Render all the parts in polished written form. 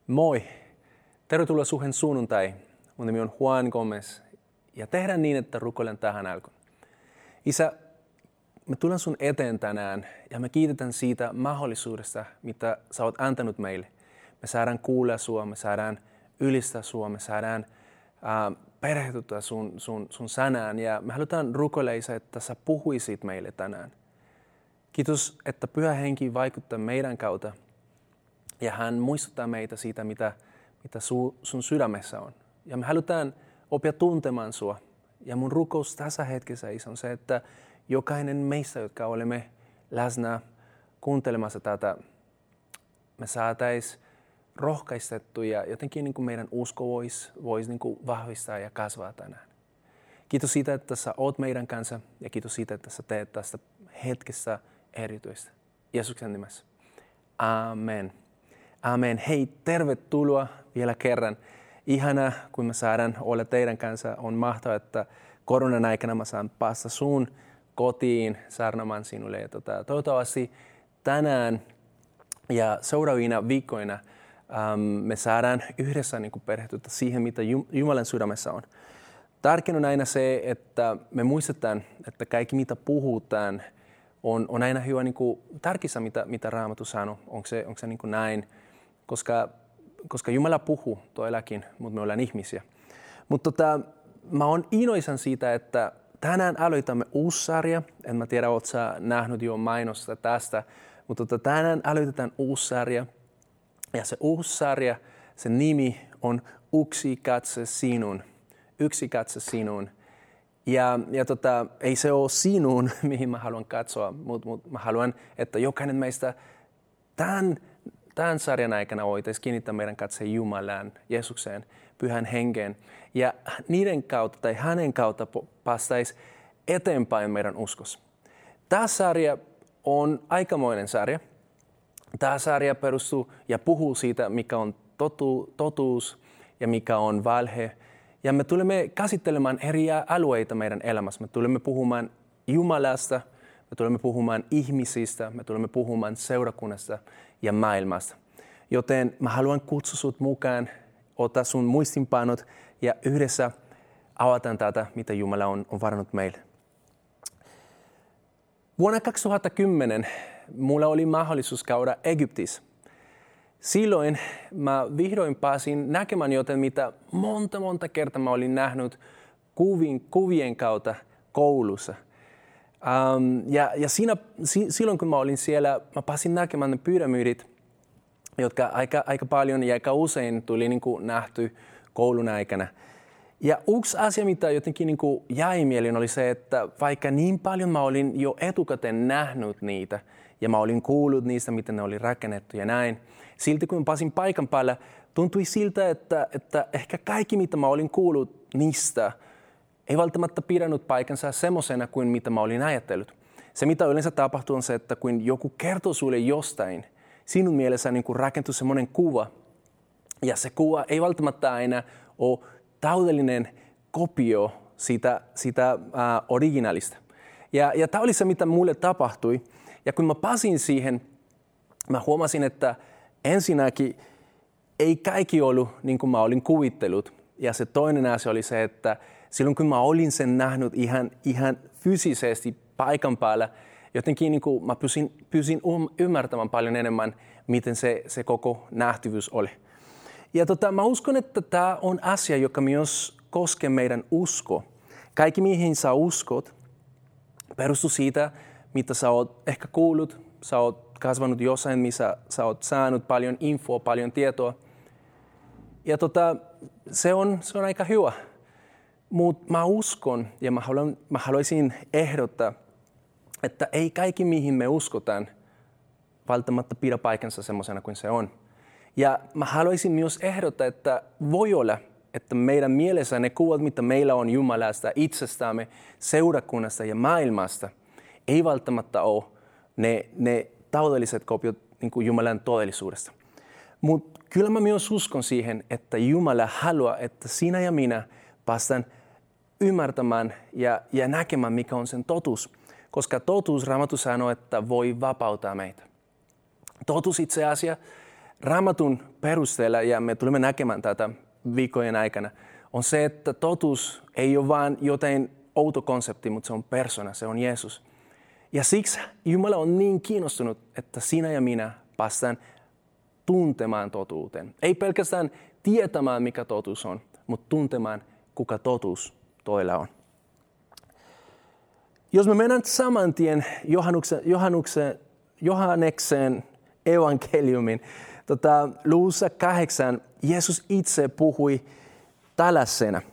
Moi! Tervetuloa Suhen sunnuntai. Mun nimi on Juan Gomez ja tehdään niin, että rukoilen tähän alkuun. Isä, me tullaan sun eteen tänään ja me kiitetään siitä mahdollisuudesta, mitä sä oot antanut meille. Me saadaan kuulla sua, me saadaan ylistää sua, me saadaan perehtyä sun sanaan ja me halutaan rukoilla, Isä, että sä puhuisit meille tänään. Kiitos, että Pyhä Henki vaikuttaa meidän kautta ja hän muistuttaa meitä siitä, mitä sun sydämessä on. Ja me halutaan oppia tuntemaan sua. Ja mun rukous tässä hetkessä, Isä, on se, että jokainen meistä, jotka olemme läsnä kuuntelemassa tätä, me saataisiin rohkaistettu ja jotenkin niin kuin meidän usko voisi niin kuin vahvistaa ja kasvaa tänään. Kiitos siitä, että sä oot meidän kanssa ja kiitos siitä, että sä teet tästä hetkestä erityistä. Jeesuksen nimessä. Amen. Amen. Hei, tervetuloa vielä kerran. Ihana, kun me saadaan olla teidän kanssa. On mahtavaa, että koronan aikana mä saan päästä sun kotiin saarnamaan sinulle. Ja toivottavasti tänään ja seuraavina viikkoina me saadaan yhdessä niin kuin perehtyä siihen, mitä Jumalan sydämessä on. Tärkeää on aina se, että me muistetaan, että kaikki mitä puhutaan on aina hyvä niin kuin tärkeässä, mitä Raamattu sanoo. Onko se niin kuin näin? Koska Jumala puhuu todellakin, mutta me ollaan ihmisiä. Mutta mä oon iloisan siitä, että tänään aloitamme uusi sarja. En mä tiedä, oot sä nähnyt jo mainosta tästä, mutta tänään aloitetaan uusi sarja. Ja se uusi sarja, sen nimi on Yksi katse sinun. Yksi katse sinun. Ja ei se ole sinun, mihin mä haluan katsoa, mutta mä haluan, että jokainen meistä tämän sarjan aikana voitaisiin kiinnittää meidän katseen Jumalaan, Jeesukseen, Pyhän Henkeen. Ja niiden kautta tai hänen kautta päästäisiin eteenpäin meidän uskossa. Tämä sarja on aikamoinen sarja. Tämä sarja perustuu ja puhuu siitä, mikä on totuus ja mikä on valhe. Ja me tulemme käsittelemään eri alueita meidän elämässä. Me tulemme puhumaan Jumalasta, me tulemme puhumaan ihmisistä, me tulemme puhumaan seurakunnasta ja maailmasta. Joten mä haluan kutsua sut mukaan, ota sun muistinpanot ja yhdessä avataan tätä, mitä Jumala on varannut meille. Vuonna 2010 mulla oli mahdollisuus käydä Egyptissä. Silloin mä vihdoin pääsin näkemään jotain, mitä monta kertaa mä olin nähnyt kuvien kautta koulussa. Ja silloin kun mä olin siellä, mä pääsin näkemään ne pyramidit, jotka aika paljon ja aika usein tuli niin kuin nähty koulun aikana. Ja yksi asia, mitä jotenkin niin kuin jäi mieliin, oli se, että vaikka niin paljon mä olin jo etukäteen nähnyt niitä, ja mä olin kuullut niistä, miten ne oli rakennettu ja näin, silti kun mä pääsin paikan päällä, tuntui siltä, että ehkä kaikki, mitä mä olin kuullut niistä, ei välttämättä pidänyt paikansa semmoisena kuin mitä mä olin ajatellut. Se, mitä yleensä tapahtuu, on se, että kun joku kertoo sulle jostain, sinun mielessä niin kuin rakentuu semmoinen kuva, ja se kuva ei välttämättä aina ole täydellinen kopio siitä originaalista. Ja tämä oli se, mitä mulle tapahtui. Ja kun mä pääsin siihen, mä huomasin, että ensinnäkin ei kaikki ollut niin kuin mä olin kuvitellut. Ja se toinen asia oli se, että silloin kun mä olin sen nähnyt ihan fyysisesti paikan päällä, jotenkin niin kuin mä pysin ymmärtämään paljon enemmän, miten se koko nähtävyys oli. Ja mä uskon, että tämä on asia, joka myös koskee meidän usko. Kaikki, mihin sä uskot, perustuu siitä, mitä sä oot ehkä kuullut. Sä oot kasvanut jossain, missä sä oot saanut paljon infoa, paljon tietoa. Ja se on aika hyvä. Mutta mä uskon ja mä haluaisin ehdottaa, että ei kaikki, mihin me uskotaan, välttämättä pidä paikansa semmoisena kuin se on. Ja mä haluaisin myös ehdottaa, että voi olla, että meidän mielessä ne kuvat, mitä meillä on Jumalasta, itsestämme, seurakunnasta ja maailmasta, ei välttämättä ole ne täydelliset kopiot niin kuin Jumalan todellisuudesta. Mutta kyllä mä myös uskon siihen, että Jumala haluaa, että sinä ja minä päästään ymmärtämään ja näkemään, mikä on sen totuus. Koska totuus, Raamattu sanoo, että voi vapauttaa meitä. Totuus itse asiassa Raamatun perusteella, ja me tulemme näkemään tätä viikkojen aikana, on se, että totuus ei ole vain jotain outo konsepti, mutta se on persona, se on Jeesus. Ja siksi Jumala on niin kiinnostunut, että sinä ja minä päästään tuntemaan totuuteen. Ei pelkästään tietämään, mikä totuus on, mutta tuntemaan, kuka totuus toilla on. Jos me mennään saman tien Johanneksen evankeliumin, luvussa 8 Jeesus itse puhui tällaisena.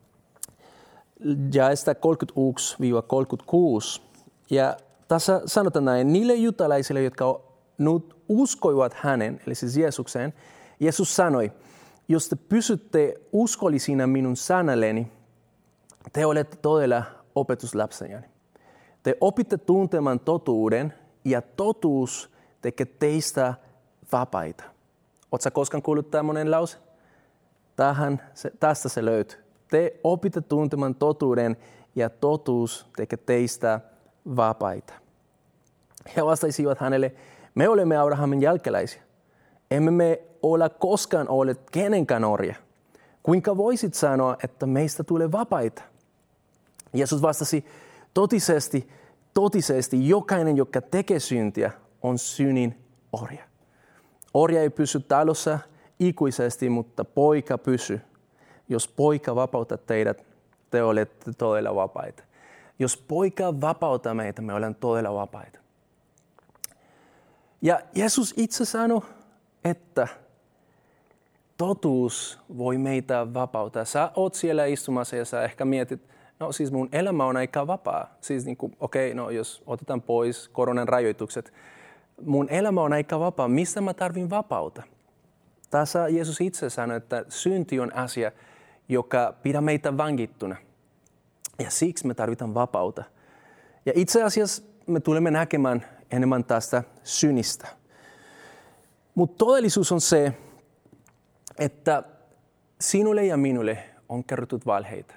Jaesta 31-36. Ja tässä sanotaan näin, niille juutalaisille, jotka nyt uskoivat hänen, eli siis Jeesukseen, Jeesus sanoi, jos te pysytte uskollisina minun sanalleni, te olette todella opetuslapseni. Te opitte tuntemaan totuuden ja totuus tekee teistä vapaita. Oletko koskaan kuullut tämmöinen lause? Tästä se löytyy. Te opitte tuntemaan totuuden ja totuus tekee teistä vapaita. He vastaisivat hänelle, me olemme Abrahamin jälkeläisiä. Emme me ole koskaan olleet kenenkään orja. Kuinka voisit sanoa, että meistä tulee vapaita? Jeesus vastasi, totisesti jokainen, joka tekee syntiä, on synnin orja. Orja ei pysy talossa ikuisesti, mutta poika pysyy. Jos poika vapauttaa teidät, te olette todella vapaita. Jos poika vapauttaa meitä, me olemme todella vapaita. Ja Jeesus itse sanoi, että totuus voi meitä vapauttaa. Sä oot siellä istumassa ja sä ehkä mietit, no siis mun elämä on aika vapaa. Siis jos otetaan pois koronan rajoitukset, mun elämä on aika vapaa. Mistä mä tarvin vapauta? Tässä Jeesus itse sanoi, että synti on asia, joka pidä meitä vangittuna. Ja siksi me tarvitaan vapauta. Ja itse asiassa me tulemme näkemään enemmän tästä synistä. Mutta todellisuus on se, että sinulle ja minulle on kerrottu valheita.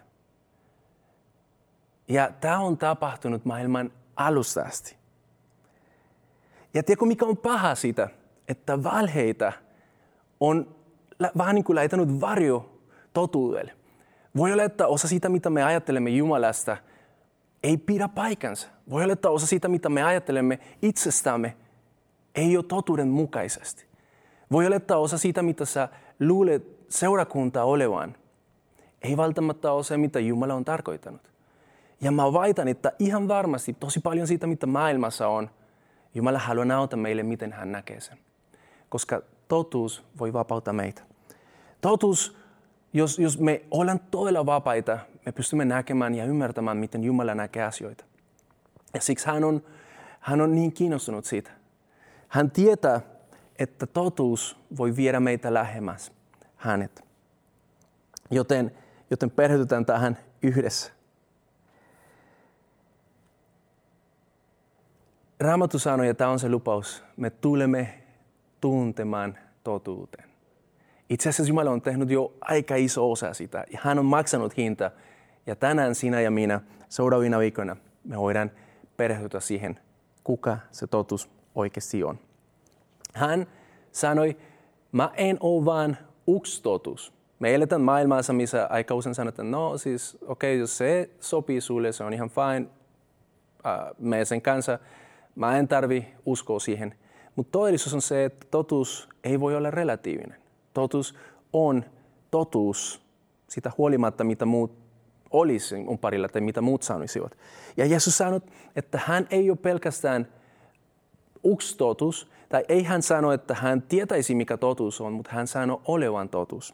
Ja tämä on tapahtunut maailman alusta asti. Ja tiedätkö, mikä on paha siitä, että valheita on vähän niin kuin laitanut varjo totuudelle. Voi olla, että osa siitä, mitä me ajattelemme Jumalasta, ei pidä paikansa. Voi olla, että osa siitä, mitä me ajattelemme itsestämme, ei ole totuuden mukaisesti. Voi olla, että osa siitä, mitä sä luulet seurakuntaa olevan, ei välttämättä ole se, mitä Jumala on tarkoittanut. Ja mä väitän, että ihan varmasti tosi paljon siitä, mitä maailmassa on, Jumala haluaa näyttää meille, miten hän näkee sen. Koska totuus voi vapauttaa meitä. Totuus, jos me ollaan todella vapaita, me pystymme näkemään ja ymmärtämään, miten Jumala näkee asioita. Ja siksi hän on niin kiinnostunut siitä. Hän tietää, että totuus voi viedä meitä lähemmäs hänet. Joten perehdytään tähän yhdessä. Raamattu sanoi, ja tämä on se lupaus, me tulemme tuntemaan totuuteen. Itse asiassa Jumala on tehnyt jo aika iso osa sitä, ja hän on maksanut hinta. Ja tänään sinä ja minä seuraavina viikkoina me voidaan perehtyä siihen, kuka se totuus oikeasti on. Hän sanoi, mä en ole vaan yksi totuus. Me eletään maailmassa, missä aika usein sanotaan, no siis jos se sopii sulle, se on ihan fine, me sen kanssa. Mä en tarvi uskoa siihen. Mutta todellisuus on se, että totuus ei voi olla relatiivinen. Totuus on totuus sitä huolimatta, mitä muut olisi umparilla tai mitä muut sanoisivat. Ja Jeesus sanoi, että hän ei ole pelkästään yksi totuus, tai ei hän sano, että hän tietäisi, mikä totuus on, mutta hän sanoi olevan totuus.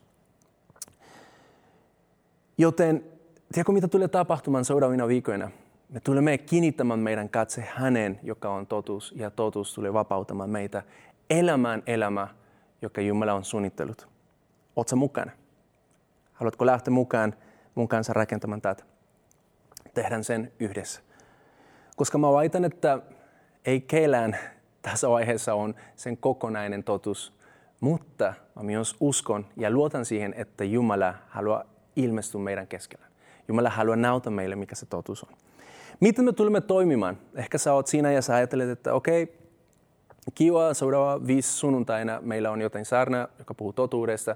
Joten, tiedätkö mitä tulee tapahtumaan seuraavina viikoina? Me tulemme kiinnittämään meidän katse häneen, joka on totuus, ja totuus tulee vapauttamaan meitä elämään elämää, joka Jumala on suunnitellut. Oletko mukana? Haluatko lähteä mukaan mun kanssa rakentamaan tätä? Tehdään sen yhdessä. Koska mä väitän, että ei kellään tässä vaiheessa on sen kokonainen totuus, mutta mä myös uskon ja luotan siihen, että Jumala haluaa ilmestyä meidän keskellä. Jumala haluaa näyttää meille, mikä se totuus on. Miten me tulemme toimimaan? Ehkä sä oot siinä ja sä ajattelet, että okei, kiva, seuraava 5 sunnuntaina meillä on jotain saarna, joka puhuu totuudesta.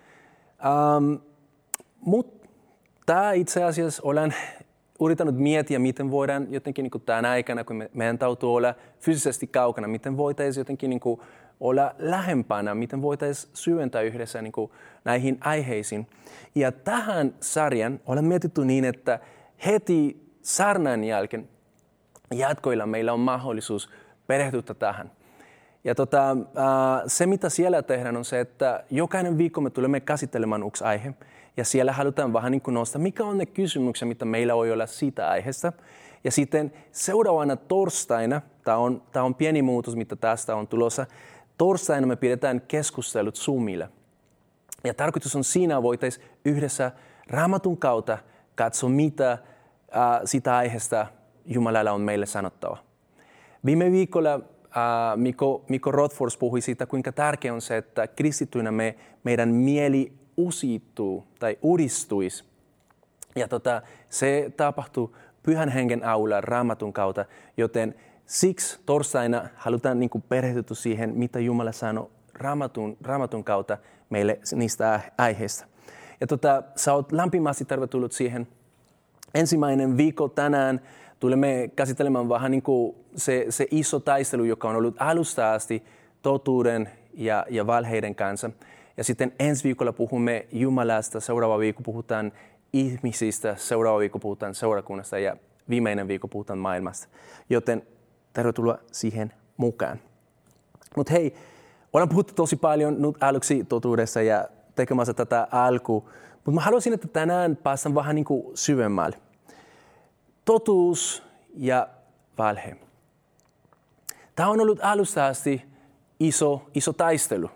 Mutta tämä itse asiassa olen yrittänyt miettiä, miten voidaan jotenkin niin kuin tämän aikana, kun meidän täytyy olla fyysisesti kaukana, miten voitaisiin jotenkin niin kuin olla lähempänä, miten voitaisiin syventää yhdessä niin kuin näihin aiheisiin. Ja tähän sarjan olen mietitty niin, että heti saarnan jälkeen jatkoilla meillä on mahdollisuus perehtyä tähän. Ja se, mitä siellä tehdään, on se, että jokainen viikko me tulemme käsittelemään yksi aihe. Ja siellä halutaan vähän niin kuin nostaa, mikä on ne kysymykset, mitä meillä voi olla siitä aiheesta. Ja sitten seuraavana torstaina, tämä on pieni muutos, mitä tästä on tulossa, torstaina me pidetään keskustelut Zoomilla. Ja tarkoitus on siinä, voitaisiin yhdessä Raamatun kautta katsoa, mitä sitä aiheesta Jumalalla on meille sanottava. Viime viikolla Mikko Rothfors puhui siitä, kuinka tärkeää on se, että kristittyinä meidän mieli usittuu tai uudistuisi. Ja se tapahtuu Pyhän Hengen avulla Raamatun kautta, joten siksi torstaina halutaan niin kuin perehtyä siihen, mitä Jumala sanoo Raamatun kautta meille niistä aiheista. Ja sä oot lämpimästi tervetullut siihen. Ensimmäinen viikko tänään tulemme käsittelemään vähän niin kuin se iso taistelu, joka on ollut alusta asti totuuden ja valheiden kanssa. Ja sitten ensi viikolla puhumme Jumalasta, seuraava viikko puhutaan ihmisistä, seuraava viikko puhutaan seurakunnasta ja viimeinen viikko puhutaan maailmasta. Joten tervetuloa siihen mukaan. Mutta hei, olen puhuttu tosi paljon nyt aluksi totuudessa ja tekemässä tätä alkuun. Mutta mä haluaisin, että tänään päästään vähän niin kuin syvemmälle. Totuus ja valhe. Tämä on ollut alusta asti iso taistelu.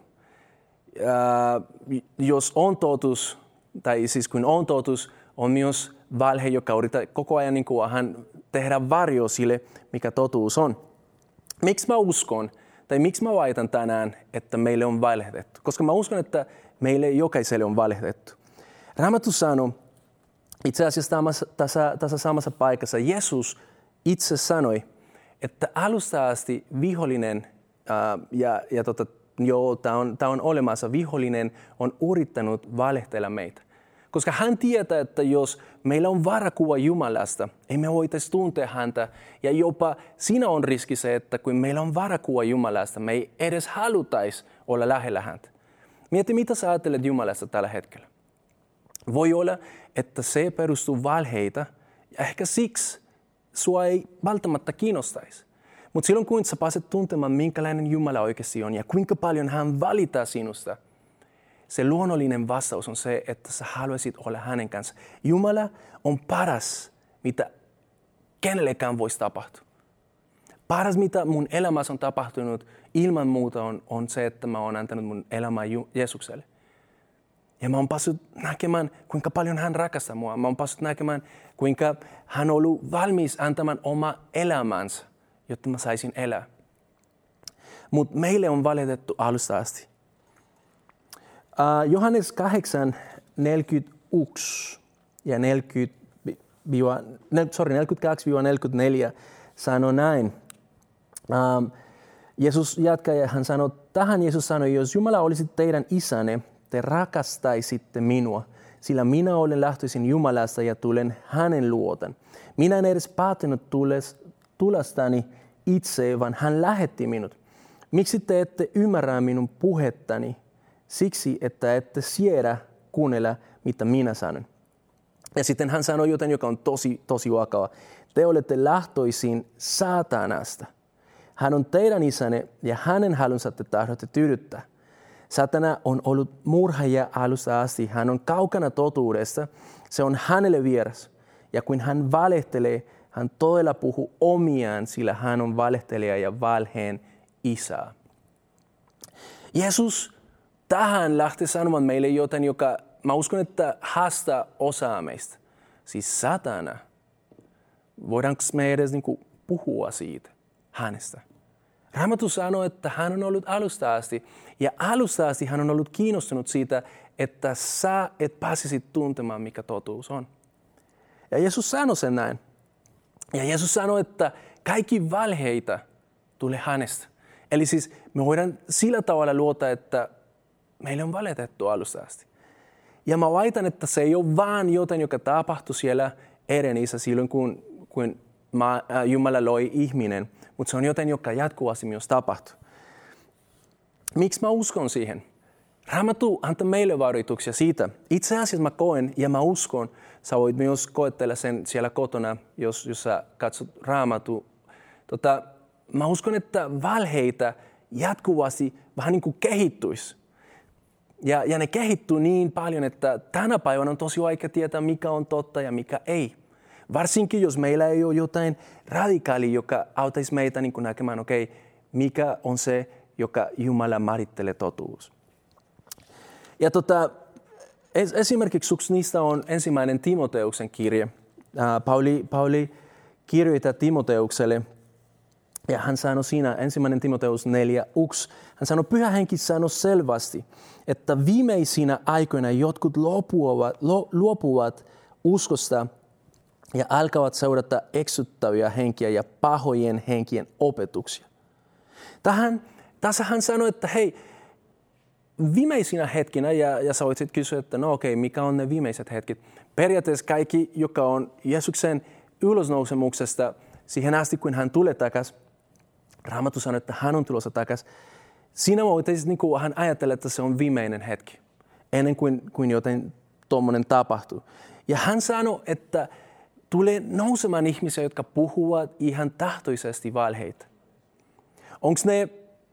Jos on totuus, tai siis kun on totuus, on myös valhe, joka yrittää koko ajan niin kuin tehdä varjo sille, mikä totuus on. Miksi mä uskon, tai miksi mä väitän tänään, että meille on valehtettu? Koska mä uskon, että meille jokaiselle on valehtettu. Raamattu sanoo, itse asiassa tässä samassa paikassa Jeesus itse sanoi, että alusta asti vihollinen, tämä on olemassa, vihollinen on yrittänyt valehtella meitä. Koska hän tietää, että jos meillä on varakuva Jumalasta, ei me voitaisi tuntea häntä. Ja jopa siinä on riski se, että kun meillä on varakuva Jumalasta, me ei edes halutaisi olla lähellä häntä. Mieti, mitä sä ajattelet Jumalasta tällä hetkellä. Voi olla, että se perustuu valheita ja ehkä siksi sua ei välttämättä kiinnostaisi. Mutta silloin kun sä pääset tuntemaan, minkälainen Jumala oikeasti on ja kuinka paljon hän valitaa sinusta, se luonnollinen vastaus on se, että sä haluaisit olla hänen kanssa. Jumala on paras, mitä kenellekään voisi tapahtua. Paras, mitä mun elämässä on tapahtunut ilman muuta on se, että mä oon antanut mun elämää Jeesukselle. Ja mä oon päässyt näkemään, kuinka paljon hän rakastaa mua. Mä oon päässyt näkemään, kuinka hän on ollut valmis antamaan oma elämänsä, jotta mä saisin elää. Mutta meille on valitettu alusta asti. Johannes 8, 41 ja 42-44 sanoo näin. Jeesus jatkaa ja hän sanoo, tähän Jeesus sanoi, jos Jumala olisi teidän isänne, te rakastaisitte minua, sillä minä olen lähtöisin Jumalasta ja tulen hänen luotan. Minä en edes päättänyt tulestani itse, vaan hän lähetti minut. Miksi te ette ymmärrä minun puhettani? Siksi, että ette siedä kuunnella, mitä minä sanon. Ja sitten hän sanoi jotain, joka on tosi vakava. Te olette lähtöisin saatanasta. Hän on teidän isänne ja hänen halunsa te tahdotte tyydyttää. Satana on ollut murhaaja alusta asti. Hän on kaukana totuudesta. Se on hänelle vieras. Ja kun hän valehtelee, hän todella puhuu omiaan, sillä hän on valehtelija ja valheen isä. Jeesus tähän lähtee sanomaan meille jotain, joka mä uskon, että haastaa osaa meistä. Siis satana. Voidaanko me edes puhua siitä, hänestä? Raamattu sanoo, että hän on ollut alusta asti. Ja alusta asti hän on ollut kiinnostunut siitä, että sä et pääsisit tuntemaan, mikä totuus on. Ja Jeesus sanoi sen näin. Ja Jeesus sanoi, että kaikki valheita tulee hänestä. Eli siis me voidaan sillä tavalla luota, että meille on valetettu alusta asti. Ja mä väitän, että se ei ole vaan jotain, joka tapahtui siellä Edenissä silloin, kun Jumala loi ihminen, mutta se on jotain, joka jatkuvasti myös tapahtuu. Miksi mä uskon siihen? Raamattu antaa meille varoituksia siitä. Itse asiassa mä koen ja mä uskon, sä voit myös koettella sen siellä kotona, jos sä katsot Raamattu. Mä uskon, että valheita jatkuvasti vähän niin kuin kehittyisi. Ja ne kehittyy niin paljon, että tänä päivänä on tosi vaikea tietää, mikä on totta ja mikä ei. Varsinkin, jos meillä ei ole jotain radikaalia, joka auttaisi meitä niin kuin näkemään, mikä on se, joka Jumala määrittelee totuus. Ja esimerkiksi yksi niistä on ensimmäinen Timoteuksen kirje. Pauli kirjoittaa Timoteukselle, ja hän sanoi siinä, ensimmäinen Timoteus 4:1, hän sanoi, Pyhä Henki sanoi selvästi, että viimeisinä aikoina jotkut luopuvat uskosta ja alkavat seurata eksyttäviä henkiä ja pahojen henkien opetuksia. Tässä hän sanoi, että hei, viimeisinä hetkinä, ja sä voit kysyä, että mikä on ne viimeiset hetket? Periaatteessa kaikki, joka on Jeesuksen ylösnousemuksesta siihen asti, kun hän tulee takaisin, Raamattu sanoo, että hän on tulossa takaisin. Siinä voitaisiin niin kuin hän ajatella, että se on viimeinen hetki, ennen kuin jotain tuommoinen tapahtuu. Ja hän sanoi, että tulee nousemaan ihmisiä, jotka puhuvat ihan tahtoisesti valheita. Onko ne,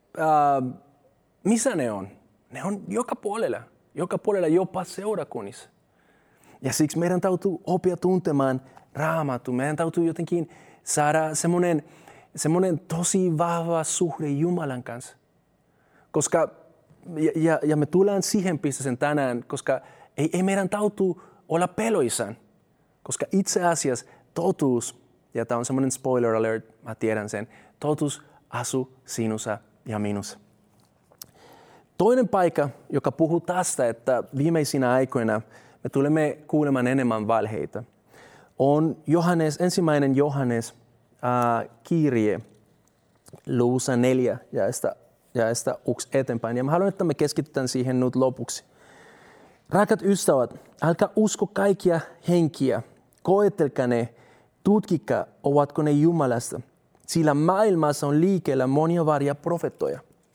missä ne on? Ne on joka puolella jopa seurakunnissa. Ja siksi meidän täytyy oppia tuntemaan Raamattu. Meidän täytyy jotenkin saada semmoinen tosi vahva suhde Jumalan kanssa. Koska, ja me tullaan siihen pisteeseen tänään, koska ei meidän täytyy olla peloissaan. Koska itse asiassa totuus, ja tämä on semmoinen spoiler alert, mä tiedän sen, totuus asuu sinussa ja minussa. Toinen paikka, joka puhuu tästä, että viimeisinä aikoina me tulemme kuulemaan enemmän valheita, on ensimmäinen Johannes kirje, luvussa 4 ja 1 eteenpäin. Ja mä haluan, että me keskitytään siihen nyt lopuksi. Rakat ystävät, älkää usko kaikkia henkiä. Koetelkaa ne, tutkikaa, ovatko ne Jumalasta. Sillä maailmassa on liikkeellä monia vääriä profeettoja.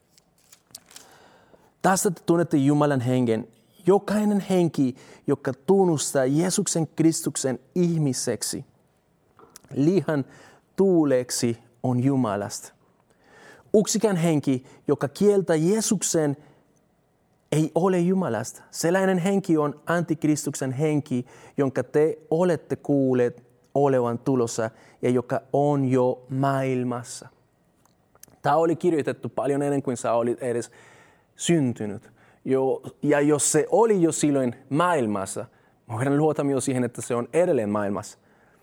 Tästä te tunnette Jumalan hengen. Jokainen henki, joka tunnustaa Jeesuksen Kristuksen ihmiseksi, lihan tuuleksi on Jumalasta. Yksikään henki, joka kieltää Jeesuksen, ei ole Jumalasta. Sellainen henki on antikristuksen henki, jonka te olette kuulleet olevan tulossa ja joka on jo maailmassa. Tämä oli kirjoitettu paljon ennen kuin sä olit edes syntynyt. Ja jos se oli jo silloin maailmassa, voidaan luottaa myös siihen, että se on edelleen maailmassa.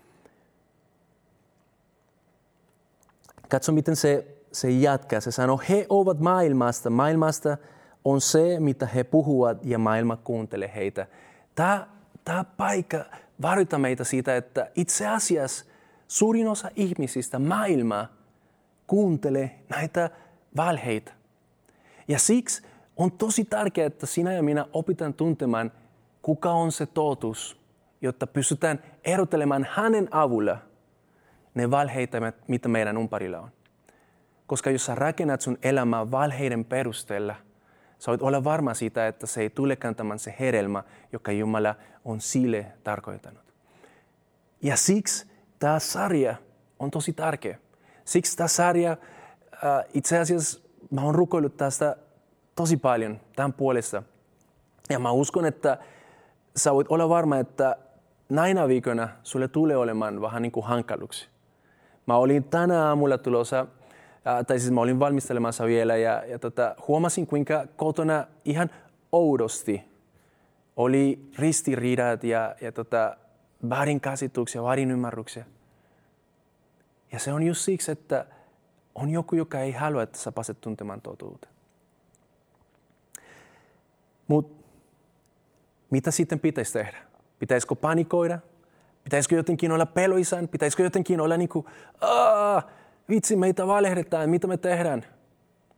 Katso, miten se jatkaa. Se sanoo, he ovat maailmasta. Maailmasta on se, mitä he puhuvat, ja maailma kuuntelee heitä. Tämä paikka varoittaa meitä siitä, että itse asiassa suurin osa ihmisistä maailmaa kuuntelee näitä valheita. Ja siksi on tosi tärkeää, että sinä ja minä opitaan tuntemaan, kuka on se totuus, jotta pystytään erottelemaan hänen avulla ne valheita, mitä meidän ympärillä on. Koska jos sä rakennat sun elämää valheiden perusteella, sä voit olla varma siitä, että se ei tule kantamaan se hedelmä, joka Jumala on sille tarkoittanut. Ja siksi tämä sarja on tosi tärkeä. Siksi tämä sarja, itse asiassa mä oon rukoillut tästä tosi paljon tämän puolesta. Ja mä uskon, että sä voit olla varma, että näinä viikoina sulle tulee olemaan vähän niin kuin hankaluksi. Mä olin tänä aamulla tulossa, mä olin valmistelemassa vielä ja huomasin, kuinka kotona ihan oudosti oli ristiriidat ja väärinkäsityksiä, väärinymmärryksiä. Ja se on just siksi, että on joku, joka ei halua, että sä pääset tuntemaan totuutta. Mutta mitä sitten pitäisi tehdä? Pitäisikö panikoida? Pitäisikö jotenkin olla peloissaan? Pitäisikö jotenkin olla vitsi, meitä valehdetaan, mitä me tehdään?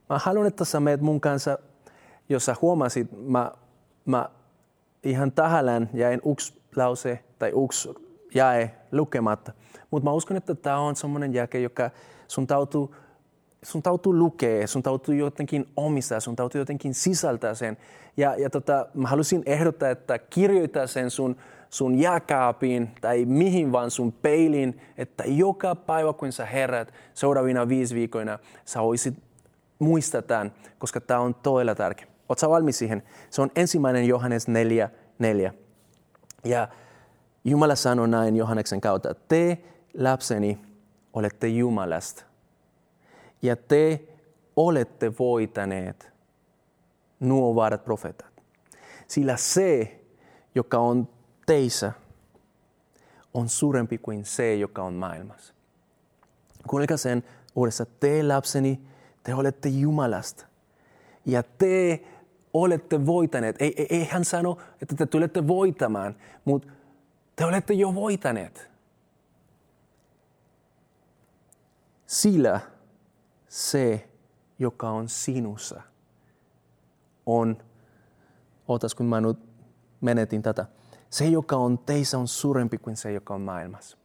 Mä haluan, että sä meet mun kanssa, jos sä huomasit, mä ihan tahallaan jäin yksi lause tai yksi jae lukematta. Mutta mä uskon, että tämä on semmoinen jake, joka sun täytyy lukea, sun täytyy jotenkin omistaa, sun täytyy jotenkin sisältää sen. Ja mä halusin ehdottaa, että kirjoita sen sun jääkaapiin tai mihin vaan sun peiliin, että joka päivä kun sä herät seuraavina 5 viikoina, sä voisit muistaa tämän, koska tämä on todella tärkeä. Oot sä valmis siihen? Se on 1. Johannes 4:4. Ja Jumala sanoo näin Johanneksen kautta, te lapseni olette Jumalasta ja te olette voitaneet nuo väärät profeetat. Sillä se, joka on teissä, on suurempi kuin se, joka on maailmassa. Kuunnelkaa sen uudessa, te lapseni, te olette Jumalasta ja te olette voitaneet. Ei hän sano, että te tulette voitamaan, mutta te olette jo voitaneet. Sillä se, joka on sinussa, on, ootas kun mä nyt menetin tätä, se, joka on teissä, on suurempi kuin se, joka on maailmassa.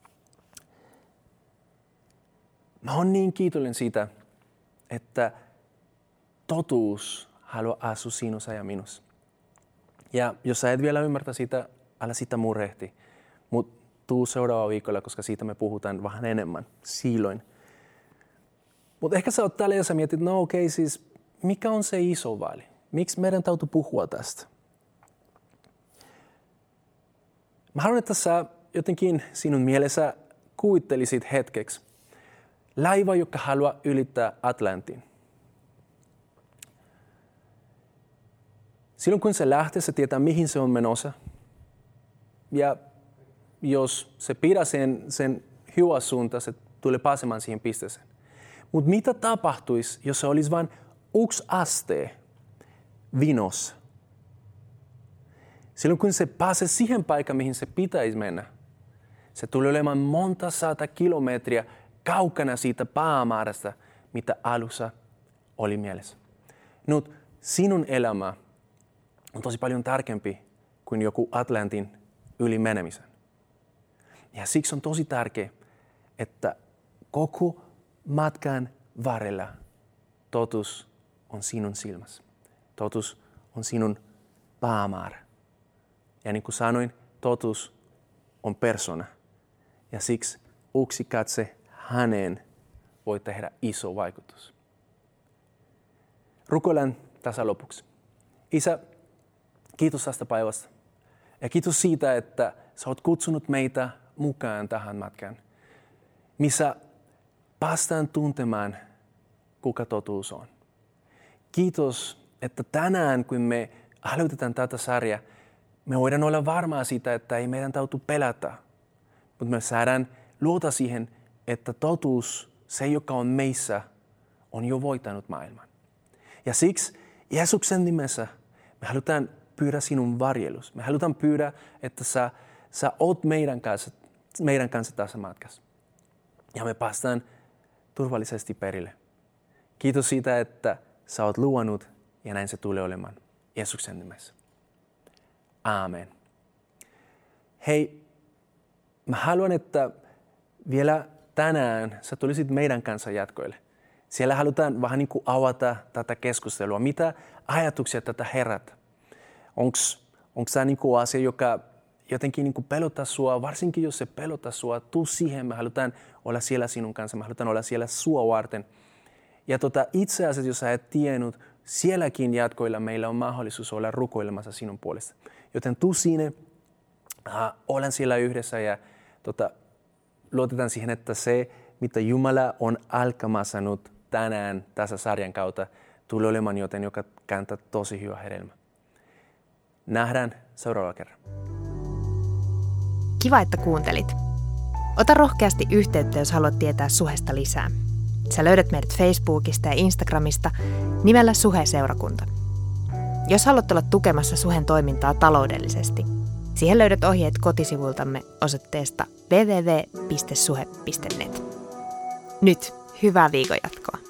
Mä oon niin kiitollinen siitä, että totuus haluaa asua sinussa ja minussa. Ja jos sä et vielä ymmärtä sitä, älä sitä murehti. Mutta tuu seuraava viikolla, koska siitä me puhutaan vähän enemmän silloin. Mutta ehkä sä oot täällä ja sä mietit, no okei, siis mikä on se iso vaali? Miksi meidän täytyy puhua tästä? Mä haluan, että sä jotenkin sinun mielessä kuvittelisit hetkeksi laiva, joka haluaa ylittää Atlantin. Silloin kun se lähtee, se tietää mihin se on menossa. Ja jos se pidää sen hyvä suuntaan, se tulee pääsemään siihen pisteeseen. Mutta mitä tapahtuisi, jos se olisi vain 1 aste vinossa? Silloin kun se pääsee siihen paikkaan, mihin se pitäisi mennä, se tulee olemaan monta 100 kilometriä kaukana siitä päämäärästä, mitä alussa oli mielessä. Nyt sinun elämä on tosi paljon tärkeämpi kuin joku Atlantin yli menemisen. Ja siksi on tosi tärkeää, että koko matkan varrella totuus on sinun silmässä. Totuus on sinun päämäärä. Ja niin kuin sanoin, totuus on persona. Ja siksi yksi katse häneen voi tehdä iso vaikutus. Rukoillaan tässä lopuksi. Isä, kiitos tästä päivästä. Ja kiitos siitä, että sä oot kutsunut meitä mukaan tähän matkaan, missä päästään tuntemaan, kuka totuus on. Kiitos, että tänään, kun me aloitetaan tätä sarjaa, me voidaan olla varmaa siitä, että ei meidän täytyy pelätä, mutta me saadaan luota siihen, että totuus, se joka on meissä, on jo voittanut maailman. Ja siksi Jeesuksen nimessä me halutaan pyydä sinun varjelus. Me halutaan pyydä, että sä oot meidän kanssa tässä matkassa. Ja me päästään turvallisesti perille. Kiitos siitä, että sä oot luvannut ja näin se tulee olemaan. Jeesuksen nimessä. Aamen. Hei, mä haluan, että vielä tänään sä tulisit meidän kanssa jatkoille. Siellä halutaan vähän niin kuin avata tätä keskustelua. Mitä ajatuksia tätä herättää? Onko tämä niin kuin asia, joka jotenkin niin kuin pelottaa sua, varsinkin jos se pelottaa sua, tuu siihen, me halutaan olla siellä sinun kanssa, me halutaan olla siellä sua varten. Ja itse asiassa, jos sä et tiennyt, sielläkin jatkoilla meillä on mahdollisuus olla rukoilemassa sinun puolesta. Joten tuu sinne, ollaan siellä yhdessä ja luotetaan siihen, että se, mitä Jumala on alkamassa nyt tänään tässä sarjan kautta, tulee olemaan joten, joka kantaa tosi hyvä hedelmä. Nähdään seuraavalla kerran. Kiva, että kuuntelit. Ota rohkeasti yhteyttä, jos haluat tietää Suhesta lisää. Sä löydät meidät Facebookista ja Instagramista nimellä Suhe-seurakunta. Jos haluat olla tukemassa Suhen toimintaa taloudellisesti, siihen löydät ohjeet kotisivuiltamme osoitteesta www.suhe.net. Nyt hyvää viikon jatkoa.